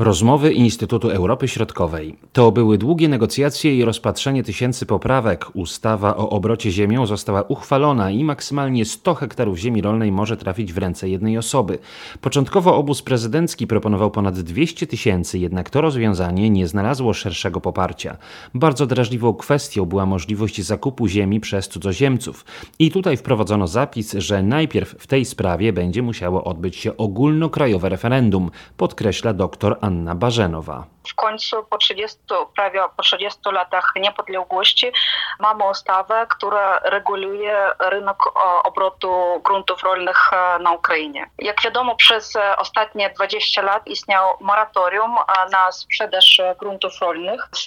Rozmowy Instytutu Europy Środkowej. To były długie negocjacje i rozpatrzenie tysięcy poprawek. Ustawa o obrocie ziemią została uchwalona i maksymalnie 100 hektarów ziemi rolnej może trafić w ręce jednej osoby. Początkowo obóz prezydencki proponował ponad 200 tysięcy, jednak to rozwiązanie nie znalazło szerszego poparcia. Bardzo drażliwą kwestią była możliwość zakupu ziemi przez cudzoziemców. I tutaj wprowadzono zapis, że najpierw w tej sprawie będzie musiało odbyć się ogólnokrajowe referendum, podkreśla dr Anna Barzenowa. W końcu prawie po 30 latach niepodległości mamy ustawę, która reguluje rynek obrotu gruntów rolnych na Ukrainie. Jak wiadomo, przez ostatnie 20 lat istniało moratorium na sprzedaż gruntów rolnych z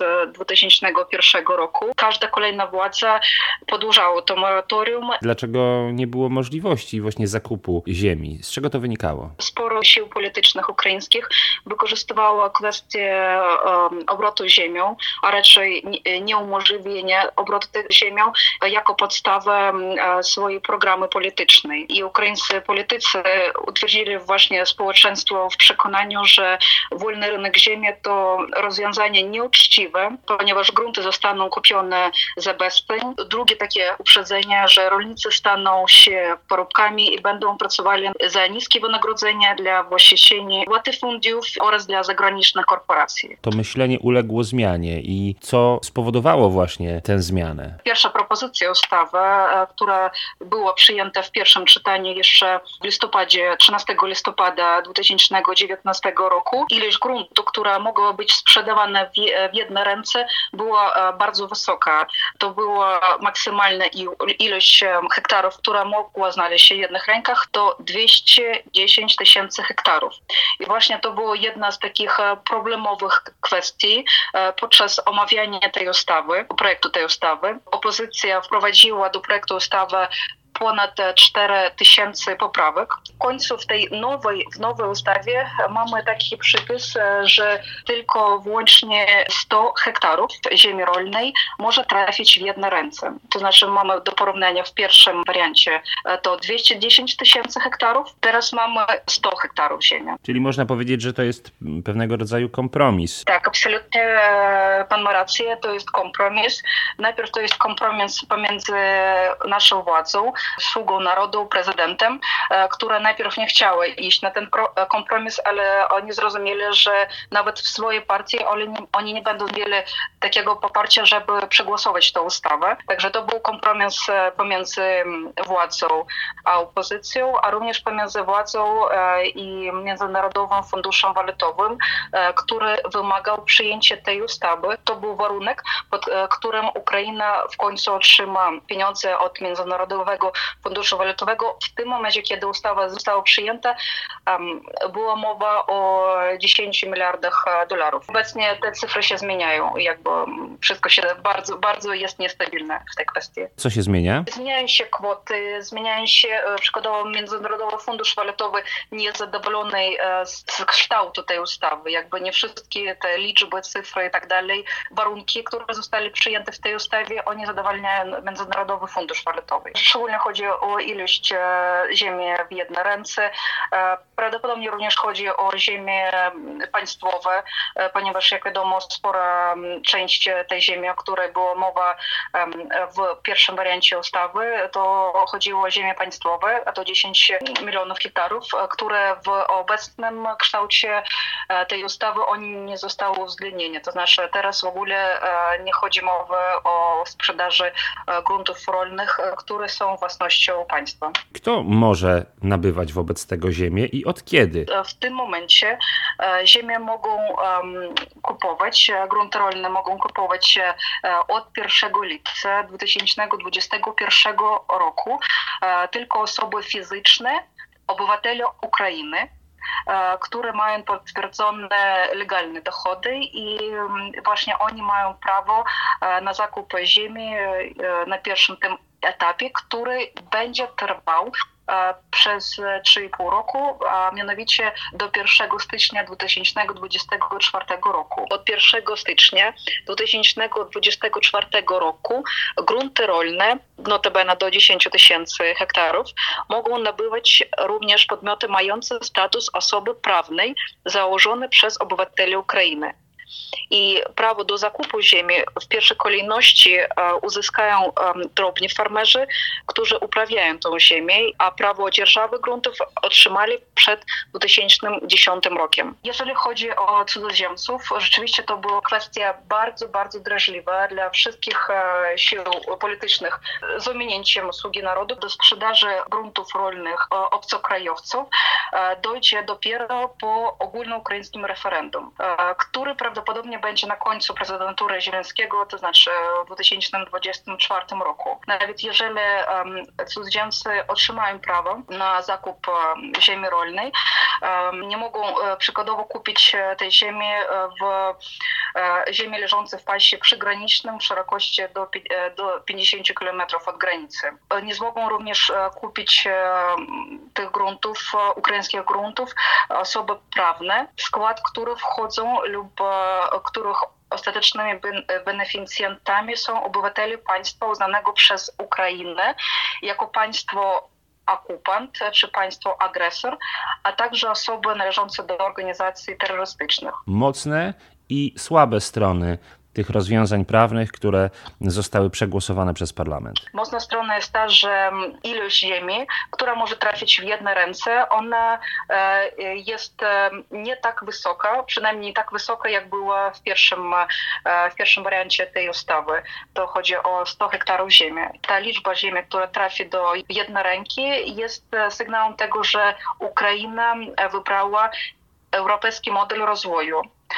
2001 roku. Każda kolejna władza podłużała to moratorium. Dlaczego nie było możliwości właśnie zakupu ziemi? Z czego to wynikało? Sporo sił politycznych ukraińskich wykorzystywało kwestię obrotu ziemią, a raczej nieumożliwienie obrotu ziemią jako podstawę swojej programy politycznej. I ukraińscy politycy utwierdzili właśnie społeczeństwo w przekonaniu, że wolny rynek ziemi to rozwiązanie nieuczciwe, ponieważ grunty zostaną kupione za bezceń. Drugie takie uprzedzenie, że rolnicy staną się parobkami i będą pracowali za niskie wynagrodzenia dla właścicieli łatyfundiów oraz dla zagranicznych korporacji. To myślenie uległo zmianie i co spowodowało właśnie tę zmianę? Pierwsza propozycja ustawy, która była przyjęta w pierwszym czytaniu jeszcze w listopadzie, 13 listopada 2019 roku, ilość gruntu, która mogła być sprzedawana w jedne ręce, była bardzo wysoka. To była maksymalna ilość hektarów, która mogła znaleźć się w jednych rękach, to 210 tysięcy hektarów. I właśnie to była jedna z takich problemowych kwestii podczas omawiania projektu tej ustawy. Opozycja wprowadziła do projektu ustawy ponad 4 tysięcy poprawek. W końcu w nowej ustawie mamy taki przypis, że tylko wyłącznie 100 hektarów ziemi rolnej może trafić w jedne ręce. To znaczy mamy do porównania w pierwszym wariancie to 210 tysięcy hektarów, teraz mamy 100 hektarów ziemi. Czyli można powiedzieć, że to jest pewnego rodzaju kompromis. Tak, absolutnie pan ma rację, to jest kompromis. Najpierw to jest kompromis pomiędzy naszą władzą, sługą narodu, prezydentem, które najpierw nie chciały iść na ten kompromis, ale oni zrozumieli, że nawet w swojej partii oni nie będą mieli takiego poparcia, żeby przegłosować tę ustawę. Także to był kompromis pomiędzy władzą a opozycją, a również pomiędzy władzą i Międzynarodowym Funduszem Walutowym, który wymagał przyjęcia tej ustawy. To był warunek, pod którym Ukraina w końcu otrzyma pieniądze od Międzynarodowego Funduszu Walutowego. W tym momencie, kiedy ustawa została przyjęta, była mowa o 10 miliardach dolarów. Obecnie te cyfry się zmieniają. Jakby wszystko się bardzo jest niestabilne w tej kwestii. Co się zmienia? Zmieniają się kwoty, zmieniają się, przykładowo Międzynarodowy Fundusz Walutowy nie jest zadowolony z kształtu tej ustawy. Jakby nie wszystkie te liczby, cyfry i tak dalej, warunki, które zostały przyjęte w tej ustawie, oni zadowalniają Międzynarodowy Fundusz Walutowy. Szczególnie chodzi o ilość ziemi w jedne ręce. Prawdopodobnie również chodzi o ziemie państwowe, ponieważ jak wiadomo spora część tej ziemi, o której była mowa w pierwszym wariancie ustawy, to chodziło o ziemie państwowe, a to 10 milionów hektarów, które w obecnym kształcie tej ustawy oni nie zostały uwzględnione. To znaczy teraz w ogóle nie chodzi mowy o sprzedaży gruntów rolnych, które są własnością państwa. Kto może nabywać wobec tego ziemię i od kiedy? W tym momencie ziemię mogą kupować, grunty rolne mogą kupować od 1 lipca 2021 roku tylko osoby fizyczne, obywatele Ukrainy, które mają potwierdzone legalne dochody i właśnie oni mają prawo na zakup ziemi na pierwszym tym etapie, który będzie trwał przez 3,5 roku, a mianowicie do 1 stycznia 2024 roku. Od 1 stycznia 2024 roku grunty rolne, notabene do 10 000 hektarów, mogą nabywać również podmioty mające status osoby prawnej założone przez obywateli Ukrainy. I prawo do zakupu ziemi w pierwszej kolejności uzyskają drobni farmerzy, którzy uprawiają tą ziemię, a prawo dzierżawy gruntów otrzymali przed 2010 rokiem. Jeżeli chodzi o cudzoziemców, rzeczywiście to była kwestia bardzo, bardzo drażliwa dla wszystkich sił politycznych z ominięciem sługi narodu. Do sprzedaży gruntów rolnych obcokrajowców dojdzie dopiero po ogólnoukraińskim referendum, który prawdopodobnie będzie na końcu prezydentury Zieleńskiego, to znaczy w 2024 roku. Nawet jeżeli cudzoziemcy otrzymają prawo na zakup ziemi rolnej, nie mogą przykładowo kupić tej ziemi w ziemi leżącej w pasie przygranicznym w szerokości do 50 km od granicy. Nie zmogą również kupić tych gruntów, ukraińskich gruntów, osoby prawne, w skład których wchodzą lub których ostatecznymi beneficjentami są obywatele państwa uznanego przez Ukrainę jako państwo okupant czy państwo agresor, a także osoby należące do organizacji terrorystycznych. Mocne i słabe strony tych rozwiązań prawnych, które zostały przegłosowane przez parlament. Mocna strona jest ta, że ilość ziemi, która może trafić w jedne ręce, ona jest nie tak wysoka, przynajmniej nie tak wysoka, jak była w pierwszym wariancie tej ustawy. To chodzi o 100 hektarów ziemi. Ta liczba ziemi, która trafi do jednej ręki, jest sygnałem tego, że Ukraina wybrała europejski model rozwoju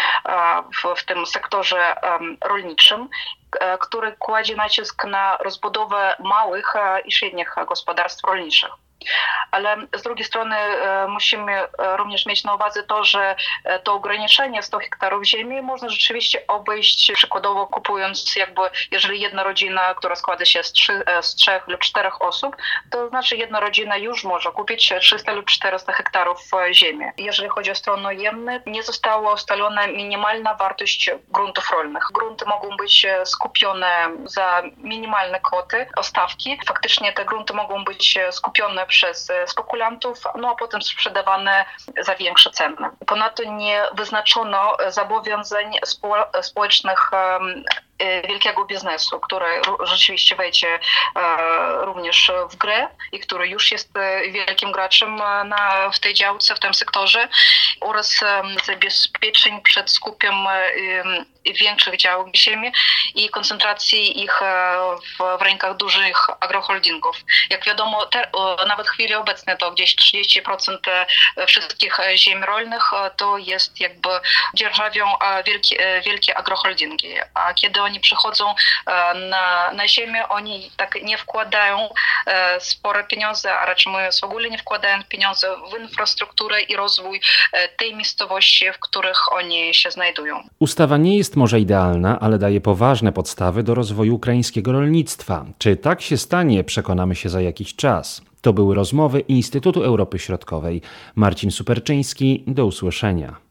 w tym sektorze rolniczym, który kładzie nacisk na rozbudowę małych i średnich gospodarstw rolniczych. Ale z drugiej strony musimy również mieć na uwadze to, że to ograniczenie 100 hektarów ziemi można rzeczywiście obejść przykładowo kupując jeżeli jedna rodzina, która składa się z 3 lub 4 osób, to znaczy jedna rodzina już może kupić 300 lub 400 hektarów ziemi. Jeżeli chodzi o strony ujemne, nie została ustalona minimalna wartość gruntów rolnych. Grunty mogą być skupione za minimalne kwoty, stawki. Faktycznie te grunty mogą być skupione przez spekulantów, a potem sprzedawane za większe ceny. Ponadto nie wyznaczono zobowiązań społecznych wielkiego biznesu, który rzeczywiście wejdzie również w grę i który już jest wielkim graczem w tej działce, w tym sektorze, oraz zabezpieczeń przed skupiem większych działek ziemi i koncentracji ich w rękach dużych agroholdingów. Jak wiadomo, nawet w chwili obecnej to gdzieś 30% wszystkich ziem rolnych to jest dzierżawią wielkie agroholdingi. A kiedy oni przychodzą na ziemię, oni tak nie wkładają spore pieniądze, a raczej mówiąc w ogóle nie wkładają pieniądze w infrastrukturę i rozwój tej miejscowości, w których oni się znajdują. Ustawa nie jest może idealna, ale daje poważne podstawy do rozwoju ukraińskiego rolnictwa. Czy tak się stanie, przekonamy się za jakiś czas. To były rozmowy Instytutu Europy Środkowej. Marcin Superczyński, do usłyszenia.